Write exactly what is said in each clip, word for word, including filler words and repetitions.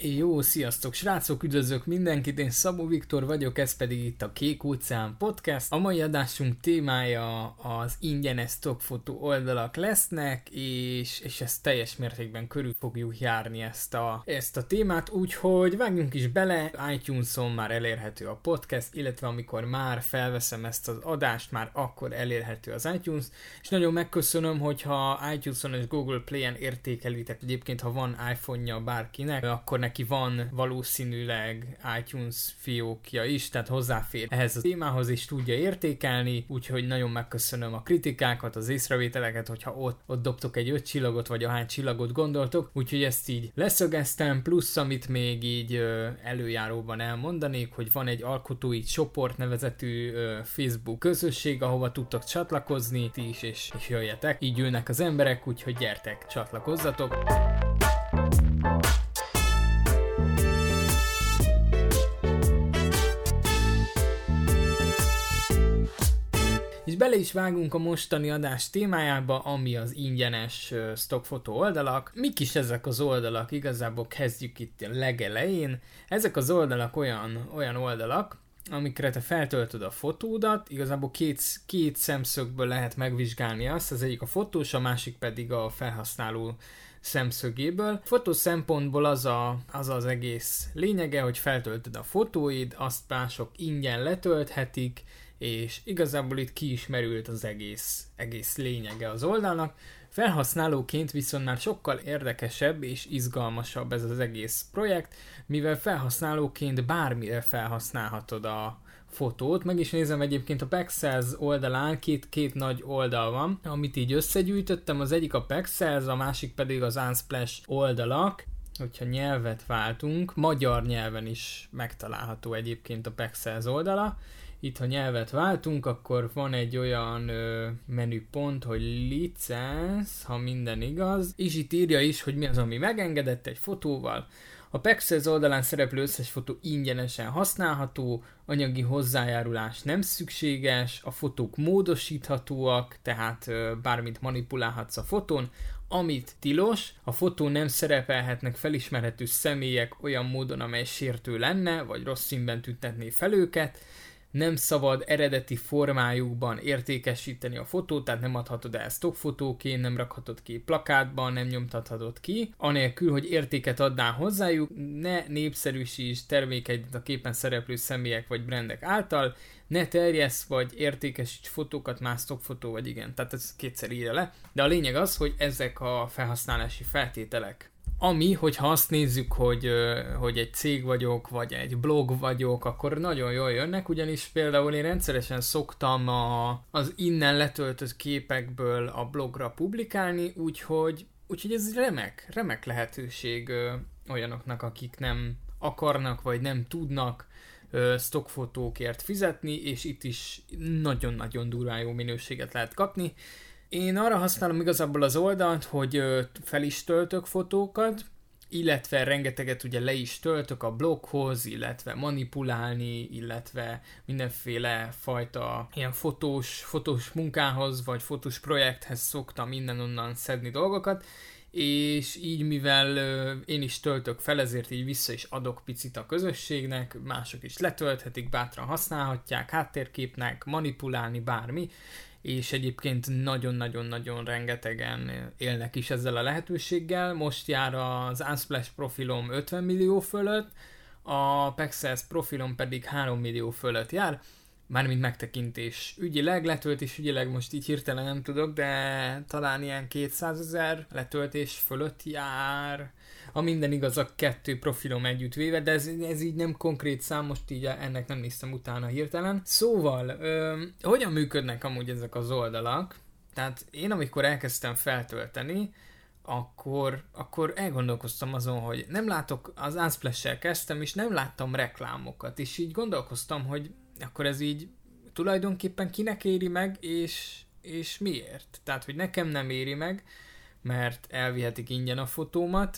Jó, sziasztok srácok, üdvözlök mindenkit, én Szabó Viktor vagyok, ez pedig itt a Kék Óceán Podcast. A mai adásunk témája az ingyenes stockfotó oldalak lesznek, és, és ezt teljes mértékben körül fogjuk járni ezt a, ezt a témát, úgyhogy vágjunk is bele, iTunes-on már elérhető a podcast, illetve amikor már felveszem ezt az adást, már akkor elérhető az iTunes, és nagyon megköszönöm, hogyha iTunes-on és Google Play-en értékelitek, egyébként ha van iPhone-ja bárkinek, akkor neki van valószínűleg iTunes fiókja is, tehát hozzáfér ehhez a témához és tudja értékelni, úgyhogy nagyon megköszönöm a kritikákat, az észrevételeket, hogyha ott, ott dobtok egy öt csillagot, vagy ahány csillagot gondoltok, úgyhogy ezt így leszögeztem, plusz amit még így ö, előjáróban elmondanék, hogy van egy alkotói csoport nevezetű ö, Facebook közösség, ahova tudtok csatlakozni, ti is, és, és jöjjetek, így ülnek az emberek, úgyhogy gyertek, csatlakozzatok! És bele is vágunk a mostani adás témájába, ami az ingyenes uh, stockfotó oldalak. Mik is ezek az oldalak? Igazából kezdjük itt a legelején. Ezek az oldalak olyan, olyan oldalak, amikre te feltöltöd a fotódat, igazából két, két szemszögből lehet megvizsgálni azt, az egyik a fotós, a másik pedig a felhasználó szemszögéből. Fotó szempontból az, a, az az egész lényege, hogy feltöltöd a fotóid, azt mások ingyen letölthetik, és igazából itt ki is merült az egész, egész lényege az oldalnak. Felhasználóként viszont már sokkal érdekesebb és izgalmasabb ez az egész projekt, mivel felhasználóként bármire felhasználhatod a fotót. Meg is nézem egyébként a Pexels oldalán, két, két nagy oldal van, amit így összegyűjtöttem, az egyik a Pexels, a másik pedig az Unsplash oldalak. Hogyha nyelvet váltunk, magyar nyelven is megtalálható egyébként a Pexels oldala. Itt, ha nyelvet váltunk, akkor van egy olyan ö, menüpont, hogy licensz, ha minden igaz, és itt írja is, hogy mi az, ami megengedett egy fotóval. A Pexels oldalán szereplő összes fotó ingyenesen használható, anyagi hozzájárulás nem szükséges, a fotók módosíthatóak, tehát ö, bármit manipulálhatsz a fotón, amit tilos, a fotón nem szerepelhetnek felismerhető személyek olyan módon, amely sértő lenne, vagy rossz színben tüntetné fel őket, nem szabad eredeti formájukban értékesíteni a fotót, tehát nem adhatod el stockfotóként, nem rakhatod ki plakátban, nem nyomtathatod ki, anélkül, hogy értéket adnál hozzájuk, ne népszerűsíts termékeidet a képen szereplő személyek vagy brandek által, ne terjessz vagy értékesíts fotókat más stockfotó vagy igen, tehát ez kétszer írja le, de a lényeg az, hogy ezek a felhasználási feltételek. Ami, hogyha azt nézzük, hogy, hogy egy cég vagyok, vagy egy blog vagyok, akkor nagyon jól jönnek, ugyanis például én rendszeresen szoktam a, az innen letöltött képekből a blogra publikálni, úgyhogy, úgyhogy ez remek, remek lehetőség olyanoknak, akik nem akarnak, vagy nem tudnak stockfotókért fizetni, és itt is nagyon-nagyon durván jó minőséget lehet kapni. Én arra használom igazából az oldalt, hogy fel is töltök fotókat, illetve rengeteget ugye le is töltök a bloghoz, illetve manipulálni, illetve mindenféle fajta ilyen fotós, fotós munkához, vagy fotós projekthez szoktam innen-onnan szedni dolgokat, és így mivel én is töltök fel, ezért így vissza is adok picit a közösségnek, mások is letölthetik, bátran használhatják, háttérképnek, manipulálni, bármi, és egyébként nagyon-nagyon-nagyon rengetegen élnek is ezzel a lehetőséggel. Most jár az Unsplash profilom ötven millió fölött, a Pexels profilom pedig három millió fölött jár, mármint megtekintés ügyileg, letöltés ügyileg most így hirtelen nem tudok, de talán ilyen kétszázezer letöltés fölött jár, a minden igaz a kettő profilom együtt véve, de ez, ez így nem konkrét szám, most így ennek nem néztem utána hirtelen. Szóval, ö, hogyan működnek amúgy ezek az oldalak? Tehát én amikor elkezdtem feltölteni, akkor, akkor elgondolkoztam azon, hogy nem látok, az Unsplash-sel kezdtem, és nem láttam reklámokat, és így gondolkoztam, hogy akkor ez így tulajdonképpen kinek éri meg, és, és miért? Tehát, hogy nekem nem éri meg, mert elvihetik ingyen a fotómat,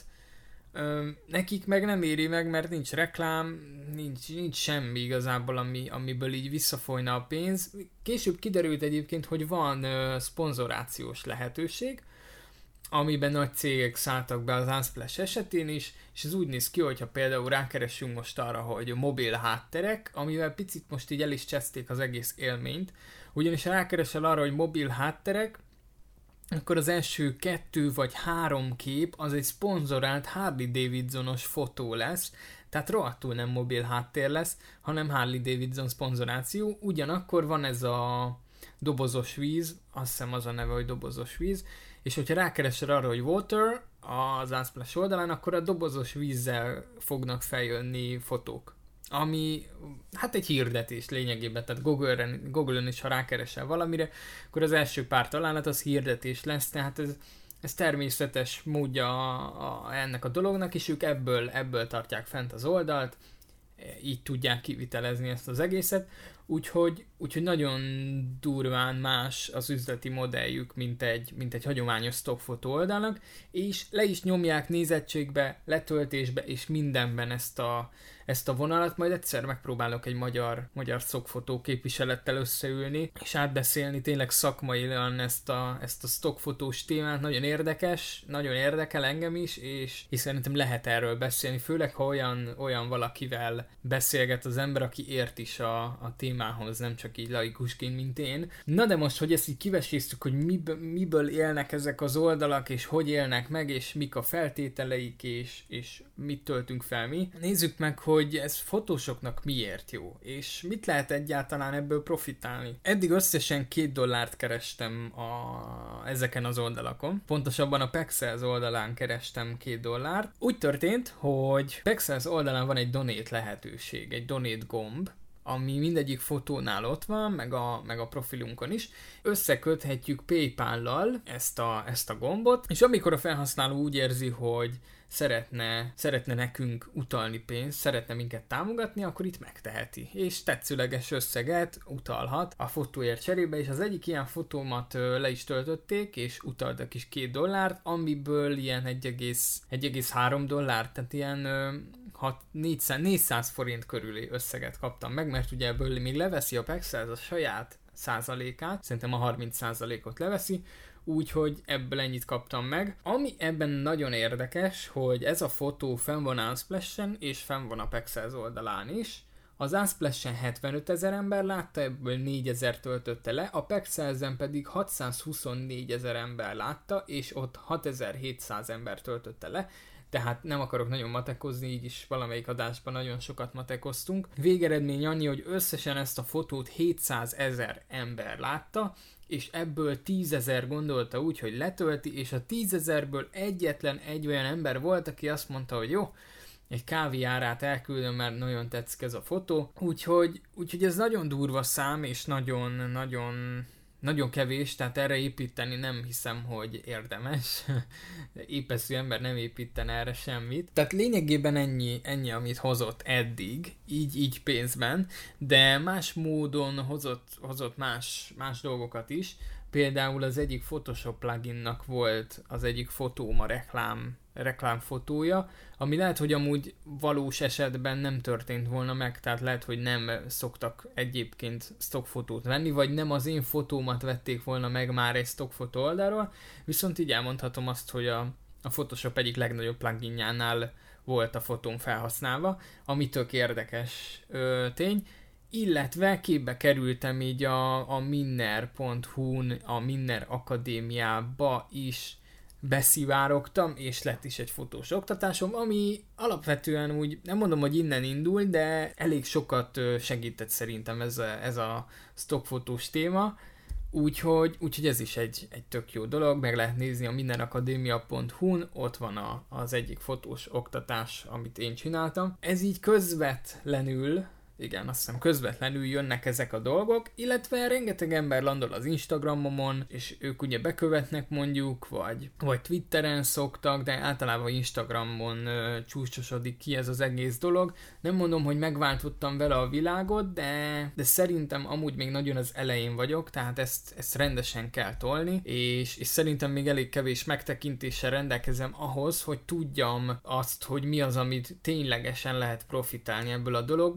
Ö, nekik meg nem éri meg, mert nincs reklám, nincs, nincs semmi igazából, ami, amiből így visszafolyna a pénz. Később kiderült egyébként, hogy van ö, szponzorációs lehetőség, amiben nagy cégek szálltak be az Unsplash esetén is, és ez úgy néz ki, hogyha például rákeresünk most arra, hogy mobil hátterek, amivel picit most így el is cseszték az egész élményt, ugyanis ha rákeresel arra, hogy mobil hátterek, akkor az első kettő vagy három kép az egy szponzorált Harley Davidsonos fotó lesz, tehát rohadtul nem mobil háttér lesz, hanem Harley Davidson szponzoráció. Ugyanakkor van ez a dobozos víz, azt hiszem az a neve, hogy dobozos víz, és hogyha rákeresel arra, hogy water az Unsplash oldalán, akkor a dobozos vízzel fognak feljönni fotók. Ami hát egy hirdetés lényegében, tehát Google-en, Google-en is, ha rákeresel valamire, akkor az első pár találat az hirdetés lesz, tehát ez, ez természetes módja a, a, ennek a dolognak, és ők ebből, ebből tartják fent az oldalt, így tudják kivitelezni ezt az egészet, úgyhogy, úgyhogy nagyon durván más az üzleti modelljük, mint egy, mint egy hagyományos stockfotó oldalnak, és le is nyomják nézettségbe, letöltésbe és mindenben ezt a, ezt a vonalat, majd egyszer megpróbálok egy magyar, magyar stockfotó képviselettel összeülni, és átbeszélni tényleg szakmailag ezt a, ezt a stockfotós témát, nagyon érdekes, nagyon érdekel engem is, és, és szerintem lehet erről beszélni, főleg ha olyan, olyan valakivel beszélget az ember, aki ért is a, a témához, nem csak így laikusként, mint én. Na de most, hogy ezt így kiveséztük, hogy miből, miből élnek ezek az oldalak, és hogy élnek meg, és mik a feltételeik, és, és mit töltünk fel mi. Nézzük meg, hogy ez fotósoknak miért jó, és mit lehet egyáltalán ebből profitálni. Eddig összesen két dollárt kerestem a, ezeken az oldalakon. Pontosabban a Pexels oldalán kerestem két dollárt. Úgy történt, hogy Pexels oldalán van egy donate lehetőség, egy donate gomb, ami mindegyik fotónál ott van, meg a, meg a profilunkon is. Összeköthetjük PayPal-lal ezt a, ezt a gombot, és amikor a felhasználó úgy érzi, hogy szeretne, szeretne nekünk utalni pénzt, szeretne minket támogatni, akkor itt megteheti. És tetszőleges összeget utalhat a fotóért cserébe, és az egyik ilyen fotómat ö, le is töltötték, és utaltak is két dollárt, amiből ilyen egy egész három dollár, tehát ilyen ö, hat, négyszáz, négyszáz forint körüli összeget kaptam meg, mert ugye ebből még leveszi a Pexels a saját százalékát, szerintem a harminc százalékot leveszi, úgyhogy ebből ennyit kaptam meg. Ami ebben nagyon érdekes, hogy ez a fotó fenn van Unsplash-en, és fenn van a Pexels oldalán is. Az Unsplash-en hetvenöt ezer ember látta, ebből négyezer töltötte le, a Pexelsen pedig hatszázhuszonnégy ezer ember látta, és ott hatezer-hétszáz ember töltötte le. Tehát nem akarok nagyon matekozni, így is valamelyik adásban nagyon sokat matekoztunk. Végeredmény annyi, hogy összesen ezt a fotót hétszázezer ember látta, és ebből tízezer gondolta úgy, hogy letölti, és a tízezerből egyetlen egy olyan ember volt, aki azt mondta, hogy jó, egy kávé árát elküldöm, mert nagyon tetszik ez a fotó. Úgyhogy, úgyhogy ez nagyon durva szám, és nagyon-nagyon nagyon kevés, tehát erre építeni nem hiszem, hogy érdemes. Épeszű ember nem építene erre semmit. Tehát lényegében ennyi, ennyi, amit hozott eddig, így, így pénzben, de más módon hozott, hozott más, más dolgokat is. Például az egyik Photoshop pluginnak volt az egyik fotóm a reklám, reklámfotója, ami lehet, hogy amúgy valós esetben nem történt volna meg, tehát lehet, hogy nem szoktak egyébként stockfotót venni, vagy nem az én fotómat vették volna meg már egy stockfotó oldalról, viszont így elmondhatom azt, hogy a, a Photoshop egyik legnagyobb pluginjánál volt a fotón felhasználva, ami tök érdekes ö, tény, illetve képbe kerültem így a, a minner pont hu-n, a Minner Akadémiába is beszivárogtam, és lett is egy fotós oktatásom, ami alapvetően úgy, nem mondom, hogy innen indul, de elég sokat segített szerintem ez a, ez a stockfotós téma, úgyhogy, úgyhogy ez is egy, egy tök jó dolog, meg lehet nézni a minner akadémia pont hu-n, ott van a, az egyik fotós oktatás, amit én csináltam. Ez így közvetlenül, igen, azt hiszem közvetlenül jönnek ezek a dolgok, illetve rengeteg ember landol az Instagramomon, és ők ugye bekövetnek mondjuk, vagy, vagy Twitteren szoktak, de általában Instagramon ö, csúcsosodik ki ez az egész dolog. Nem mondom, hogy megváltottam vele a világot, de, de szerintem amúgy még nagyon az elején vagyok, tehát ezt, ezt rendesen kell tolni, és, és szerintem még elég kevés megtekintéssel rendelkezem ahhoz, hogy tudjam azt, hogy mi az, amit ténylegesen lehet profitálni ebből a dologból, de úgy,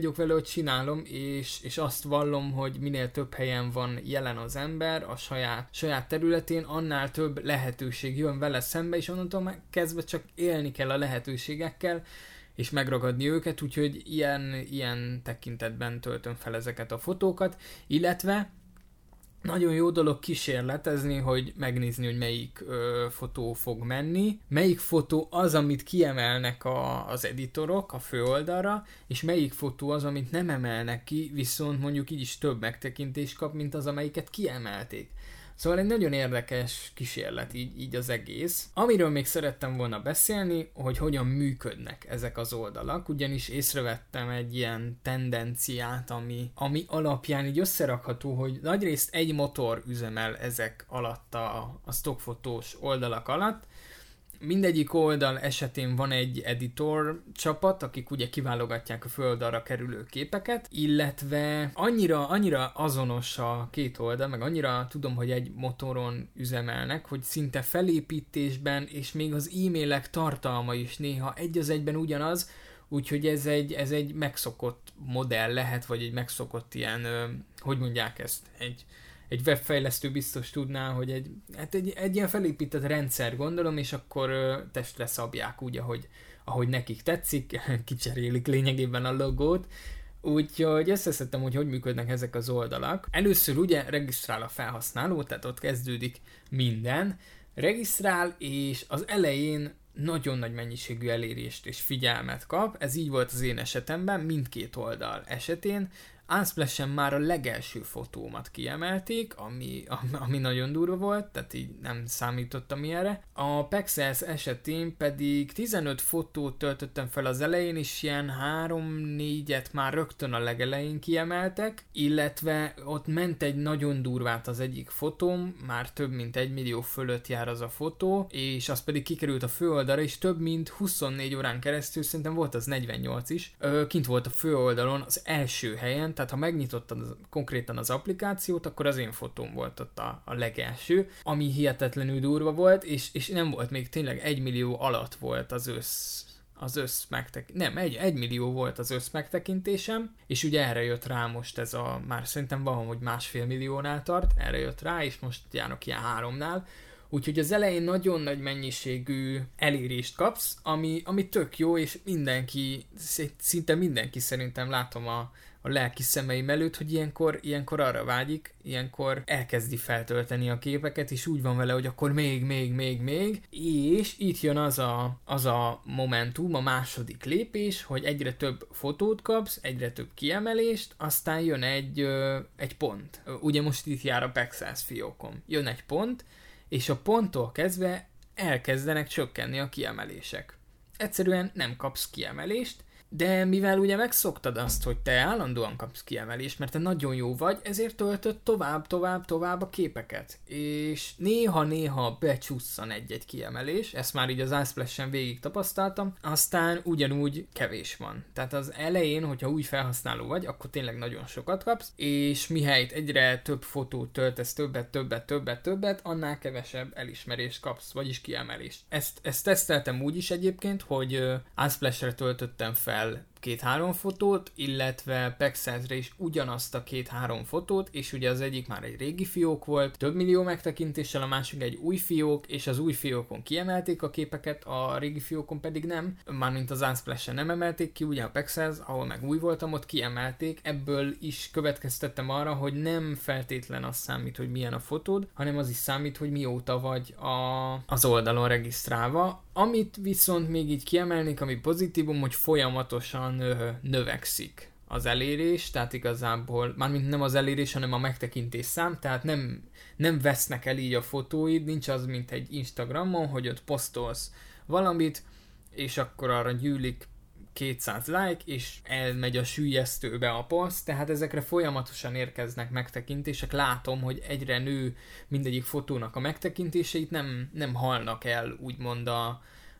vagyok vele, hogy csinálom, és, és azt vallom, hogy minél több helyen van jelen az ember a saját, saját területén, annál több lehetőség jön vele szembe, és onnantól kezdve csak élni kell a lehetőségekkel, és megragadni őket, úgyhogy ilyen, ilyen tekintetben töltöm fel ezeket a fotókat, illetve nagyon jó dolog kísérletezni, hogy megnézni, hogy melyik ö, fotó fog menni, melyik fotó az, amit kiemelnek a, az editorok a főoldalra, és melyik fotó az, amit nem emelnek ki, viszont mondjuk így is több megtekintést kap, mint az, amelyiket kiemelték. Szóval egy nagyon érdekes kísérlet így, így az egész. Amiről még szerettem volna beszélni, hogy hogyan működnek ezek az oldalak, ugyanis észrevettem egy ilyen tendenciát, ami, ami alapján így összerakható, hogy nagyrészt egy motor üzemel ezek alatt a, a stockfotós oldalak alatt. Mindegyik oldal esetén van egy editor csapat, akik ugye kiválogatják a főoldalra kerülő képeket, illetve annyira, annyira azonos a két oldal, meg annyira tudom, hogy egy motoron üzemelnek, hogy szinte felépítésben és még az e-mailek tartalma is néha egy az egyben ugyanaz, úgyhogy ez egy, ez egy megszokott modell lehet, vagy egy megszokott ilyen, hogy mondják ezt, egy egy webfejlesztő biztos tudná, hogy egy, hát egy, egy ilyen felépített rendszer gondolom, és akkor ö, testre szabják úgy, ahogy, ahogy nekik tetszik, kicserélik lényegében a logót, úgyhogy összeszedtem, hogy hogy működnek ezek az oldalak. Először ugye regisztrál a felhasználó, tehát ott kezdődik minden, regisztrál, és az elején nagyon nagy mennyiségű elérést és figyelmet kap, ez így volt az én esetemben, mindkét oldal esetén. Unsplash-en már a legelső fotómat kiemelték, ami, ami nagyon durva volt, tehát így nem számítottam ilyenre. A Pexels esetén pedig tizenöt fotót töltöttem fel az elején, és ilyen három-négyet már rögtön a legelején kiemeltek, illetve ott ment egy nagyon durvát az egyik fotóm, már több mint egy millió fölött jár az a fotó, és az pedig kikerült a főoldalra, és több mint huszonnégy órán keresztül, szerintem volt az negyvennyolc is, ö, kint volt a főoldalon az első helyen, tehát ha megnyitottad az, konkrétan az applikációt, akkor az én fotóm volt ott a, a legelső, ami hihetetlenül durva volt, és, és nem volt még tényleg egy millió alatt volt az össz, az össz megtek... nem, egy, egy millió volt az össz megtekintésem, és ugye erre jött rá most ez a, már szerintem valahogy másfél milliónál tart, erre jött rá, és most járok ilyen háromnál, úgyhogy az elején nagyon nagy mennyiségű elérést kapsz, ami, ami tök jó, és mindenki, szinte mindenki szerintem látom a, a lelki szemeim előtt, hogy ilyenkor, ilyenkor arra vágyik, ilyenkor elkezdi feltölteni a képeket, és úgy van vele, hogy akkor még, még, még, még, és itt jön az a, az a momentum, a második lépés, hogy egyre több fotót kapsz, egyre több kiemelést, aztán jön egy, ö, egy pont. Ugye most itt jár a Pexels fiókom. Jön egy pont, és a ponttól kezdve elkezdenek csökkenni a kiemelések. Egyszerűen nem kapsz kiemelést, de mivel ugye megszoktad azt, hogy te állandóan kapsz kiemelést, mert te nagyon jó vagy, ezért töltöd tovább, tovább, tovább a képeket. És néha-néha becsusszan egy-egy kiemelés, ezt már így az Unsplash-en végig tapasztaltam, aztán ugyanúgy kevés van. Tehát az elején, hogyha új felhasználó vagy, akkor tényleg nagyon sokat kapsz, és mihelyt egyre több fotót töltesz, többet, többet, többet, többet, annál kevesebb elismerést kapsz, vagyis kiemelést. Ezt, ezt teszteltem úgy is egyébként, hogy uh, Unsplash-re töltöttem fel két-három fotót, illetve Pexelsre is ugyanazt a két-három fotót, és ugye az egyik már egy régi fiók volt, több millió megtekintéssel, a másik egy új fiók, és az új fiókon kiemelték a képeket, a régi fiókon pedig nem, mármint az Unsplash-en nem emelték ki, ugye a Pexels, ahol meg új voltam, ott kiemelték, ebből is következtettem arra, hogy nem feltétlen az számít, hogy milyen a fotód, hanem az is számít, hogy mióta vagy a, az oldalon regisztrálva. Amit viszont még így kiemelnék, ami pozitívum, hogy folyamatosan ö, növekszik az elérés, tehát igazából, mármint nem az elérés, hanem a megtekintés szám, tehát nem, nem vesznek el így a fotóid, nincs az, mint egy Instagramon, hogy ott posztolsz valamit, és akkor arra gyűlik kétszáz like, és elmegy a süllyesztőbe a poszt, tehát ezekre folyamatosan érkeznek megtekintések, látom, hogy egyre nő mindegyik fotónak a megtekintéseit, nem, nem halnak el úgymond a,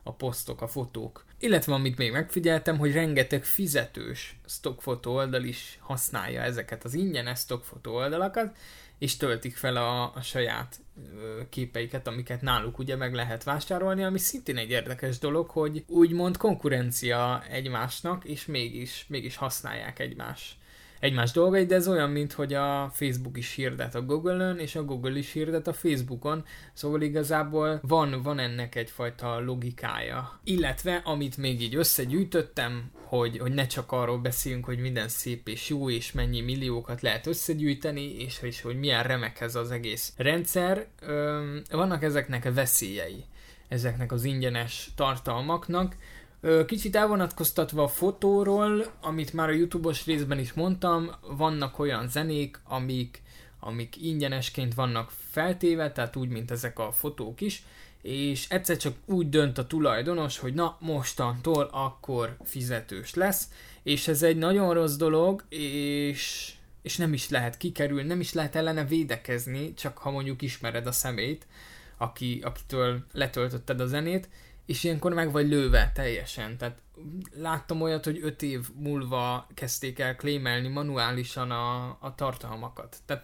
a posztok, a fotók. Illetve amit még megfigyeltem, hogy rengeteg fizetős stockfotó oldal is használja ezeket az ingyenes stockfotó oldalakat, és töltik fel a, a saját ö, képeiket, amiket náluk ugye meg lehet vásárolni, ami szintén egy érdekes dolog, hogy úgymond konkurencia egymásnak, és mégis, mégis használják egymás, egymás dolgait, de ez olyan, mint hogy a Facebook is hirdet a Google-ön, és a Google is hirdet a Facebookon, szóval igazából van, van ennek egyfajta logikája. Illetve, amit még így összegyűjtöttem, hogy, hogy ne csak arról beszéljünk, hogy minden szép és jó, és mennyi milliókat lehet összegyűjteni, és, és hogy milyen remek ez az egész rendszer, öm, vannak ezeknek a veszélyei, ezeknek az ingyenes tartalmaknak. Kicsit elvonatkoztatva a fotóról, amit már a YouTube-os részben is mondtam, vannak olyan zenék, amik, amik ingyenesként vannak feltéve, tehát úgy, mint ezek a fotók is, és egyszer csak úgy dönt a tulajdonos, hogy na, mostantól akkor fizetős lesz, és ez egy nagyon rossz dolog, és, és nem is lehet kikerülni, nem is lehet ellene védekezni, csak ha mondjuk ismered a személyt, aki, akitől letöltötted a zenét, és ilyenkor meg vagy lőve teljesen. Tehát láttam olyat, hogy öt év múlva kezdték el claimelni manuálisan a, a tartalmakat. Tehát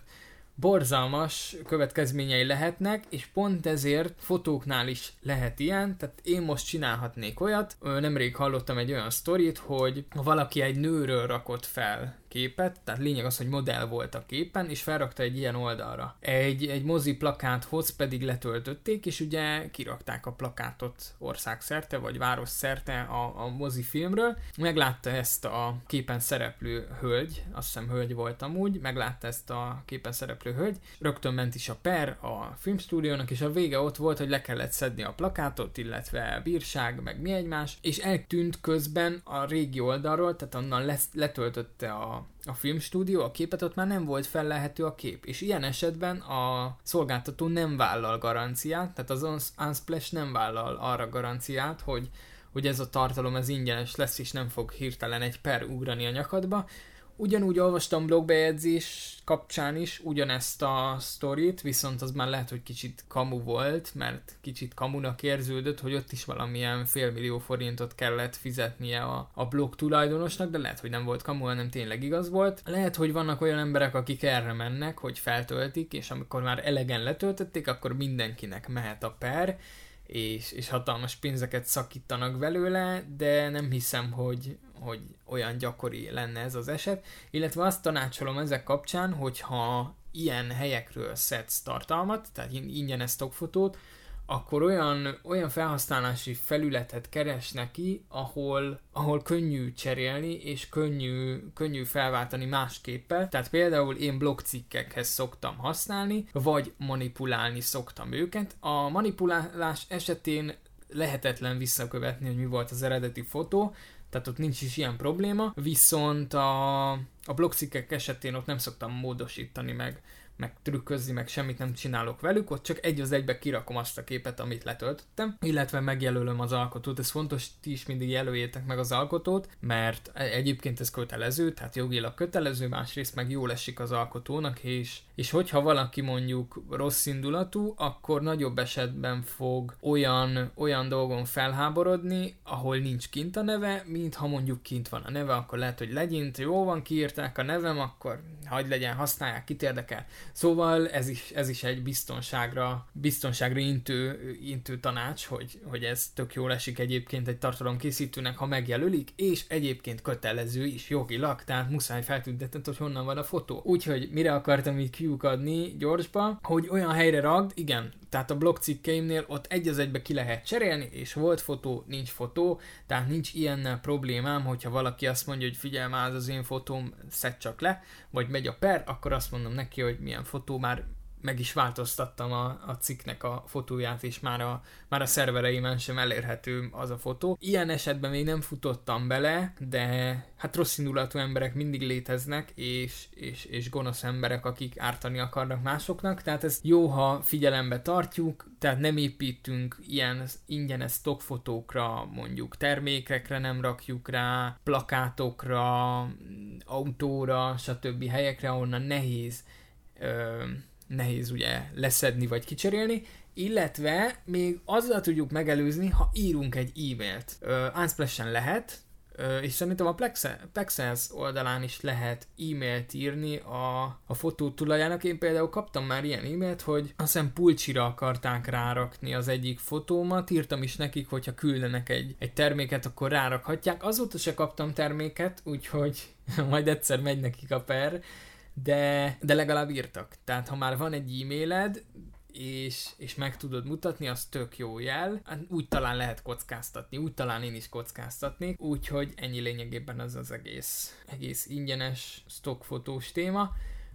borzalmas következményei lehetnek, és pont ezért fotóknál is lehet ilyen, tehát én most csinálhatnék olyat, nemrég hallottam egy olyan sztorit, hogy valaki egy nőről rakott fel képet, tehát lényeg az, hogy modell volt a képen, és felrakta egy ilyen oldalra. Egy, egy mozi plakáthoz pedig letöltötték, és ugye kirakták a plakátot országszerte, vagy városszerte a, a mozifilmről. Meglátta ezt a képen szereplő hölgy, azt hiszem hölgy volt amúgy, meglátta ezt a képen szereplő hölgy, rögtön ment is a per a filmstúdiónak, és a vége ott volt, hogy le kellett szedni a plakátot, illetve bírság, meg mi egymás, és eltűnt közben a régi oldalról, tehát onnan lesz, letöltötte a a filmstúdió, a képet, ott már nem volt fellelhető a kép, és ilyen esetben a szolgáltató nem vállal garanciát, tehát az Unsplash nem vállal arra garanciát, hogy, hogy ez a tartalom ez ingyenes lesz, és nem fog hirtelen egy per ugrani a nyakadba. Ugyanúgy olvastam blogbejegyzés kapcsán is ugyanezt a sztorit, viszont az már lehet, hogy kicsit kamu volt, mert kicsit kamunak érződött, hogy ott is valamilyen félmillió forintot kellett fizetnie a, a blog tulajdonosnak, de lehet, hogy nem volt kamu, hanem tényleg igaz volt. Lehet, hogy vannak olyan emberek, akik erre mennek, hogy feltöltik, és amikor már elegen letöltötték, akkor mindenkinek mehet a per, és, és hatalmas pénzeket szakítanak belőle, de nem hiszem, hogy, hogy olyan gyakori lenne ez az eset, illetve azt tanácsolom ezek kapcsán, hogyha ilyen helyekről szedsz tartalmat, tehát ingyenes stockfotót, akkor olyan, olyan felhasználási felületet keres neki, ahol, ahol könnyű cserélni, és könnyű, könnyű felváltani más képpel. Tehát például én blogcikkekhez szoktam használni, vagy manipulálni szoktam őket. A manipulálás esetén lehetetlen visszakövetni, hogy mi volt az eredeti fotó, tehát ott nincs is ilyen probléma, viszont a, a blogcikkek esetén ott nem szoktam módosítani meg, meg trükközni, meg semmit nem csinálok velük, ott csak egy az egybe kirakom azt a képet, amit letöltöttem, illetve megjelölöm az alkotót. Ez fontos, ti is mindig jelöljétek meg az alkotót, mert egyébként ez kötelező, tehát jogilag kötelező, másrészt meg jól esik az alkotónak, és, és hogyha valaki mondjuk rossz indulatú, akkor nagyobb esetben fog olyan, olyan dolgon felháborodni, ahol nincs kint a neve, mint ha mondjuk kint van a neve, akkor lehet, hogy legyint, jó van, kiírták a nevem, akkor hagyd legyen, használják, kit érdekel. Szóval ez is, ez is egy biztonságra, biztonságra intő, intő tanács, hogy, hogy ez tök jól esik egyébként egy tartalomkészítőnek, ha megjelölik, és egyébként kötelező is jogilag, tehát muszáj feltüntetni, hogy honnan van a fotó. Úgyhogy mire akartam így kiukadni gyorsba, hogy olyan helyre ragd, igen, tehát a blogcikkeimnél ott egy az egybe ki lehet cserélni, és volt fotó, nincs fotó, tehát nincs ilyennel problémám, hogyha valaki azt mondja, hogy figyelj már, az az én fotóm, szedd csak le, vagy megy a per, akkor azt mondom neki, hogy milyen fotó, már meg is változtattam a, a cikknek a fotóját, és már a, már a szervereimen sem elérhető az a fotó. Ilyen esetben még nem futottam bele, de hát rosszindulatú emberek mindig léteznek, és, és, és gonosz emberek, akik ártani akarnak másoknak, tehát ez jó, ha figyelembe tartjuk, tehát nem építünk ilyen ingyenes stockfotókra, mondjuk termékekre nem rakjuk rá, plakátokra, autóra, stb. Helyekre, ahonnan nehéz ö, nehéz ugye leszedni vagy kicserélni, illetve még azzal tudjuk megelőzni, ha írunk egy e-mailt. Uh, Unsplash-en lehet, uh, és szerintem a Pexels oldalán is lehet e-mailt írni a, a fotó tulajának. Én például kaptam már ilyen e-mailt, hogy azt hiszem pulcsira akarták rárakni az egyik fotómat, írtam is nekik, hogyha küldenek egy, egy terméket, akkor rárakhatják. Azóta se kaptam terméket, úgyhogy majd egyszer megy nekik a per, de, de legalább írtak. Tehát ha már van egy e-mailed, és, és meg tudod mutatni, az tök jó jel. Úgy talán lehet kockáztatni, úgy talán én is kockáztatnék, úgyhogy ennyi lényegében az az egész, egész ingyenes stockfotós téma.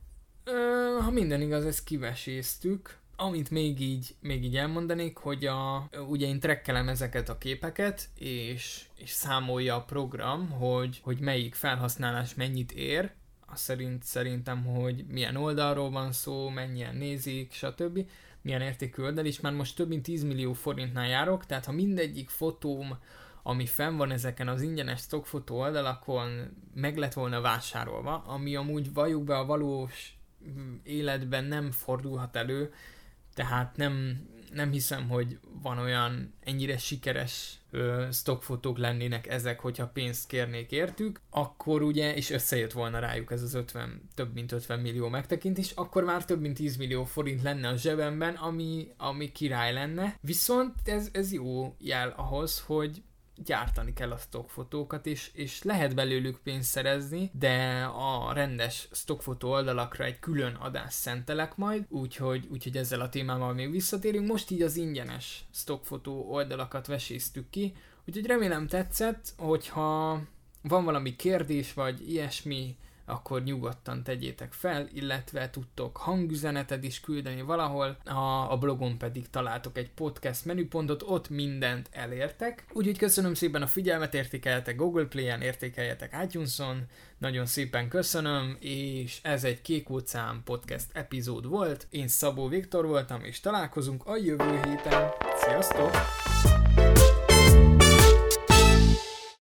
Ö, ha minden igaz, ezt kiveséztük. Amit még így, még így elmondanék, hogy a, ugye én trekkelem ezeket a képeket, és, és számolja a program, hogy, hogy melyik felhasználás mennyit ér, azt szerint, szerintem, hogy milyen oldalról van szó, mennyien nézik, stb. Milyen értékű oldal, és már most több mint tíz millió forintnál járok, tehát ha mindegyik fotóm, ami fenn van ezeken az ingyenes stockfotó oldalakon, meg lett volna vásárolva, ami amúgy valljuk be a valós életben nem fordulhat elő, tehát nem, nem hiszem, hogy van olyan ennyire sikeres ö, stockfotók lennének ezek, hogyha pénzt kérnék értük, akkor ugye, és összejött volna rájuk ez az ötven, több mint ötven millió megtekintés, akkor már több mint tíz millió forint lenne a zsebemben, ami, ami király lenne. Viszont ez, ez jó jel ahhoz, hogy gyártani kell a stockfotókat, és, és lehet belőlük pénzt szerezni, de a rendes stockfotó oldalakra egy külön adást szentelek majd, úgyhogy, úgyhogy ezzel a témával még visszatérünk. Most így az ingyenes stockfotó oldalakat veséztük ki, úgyhogy remélem tetszett, hogyha van valami kérdés, vagy ilyesmi, akkor nyugodtan tegyétek fel, illetve tudtok hangüzenetet is küldeni valahol, a, a blogon pedig találtok egy podcast menüpontot, ott mindent elértek. Úgyhogy köszönöm szépen a figyelmet, értékeljetek Google Play-en, értékeljetek iTunes-on, nagyon szépen köszönöm, és ez egy Kék Óceán podcast epizód volt. Én Szabó Viktor voltam, és találkozunk a jövő héten. Sziasztok!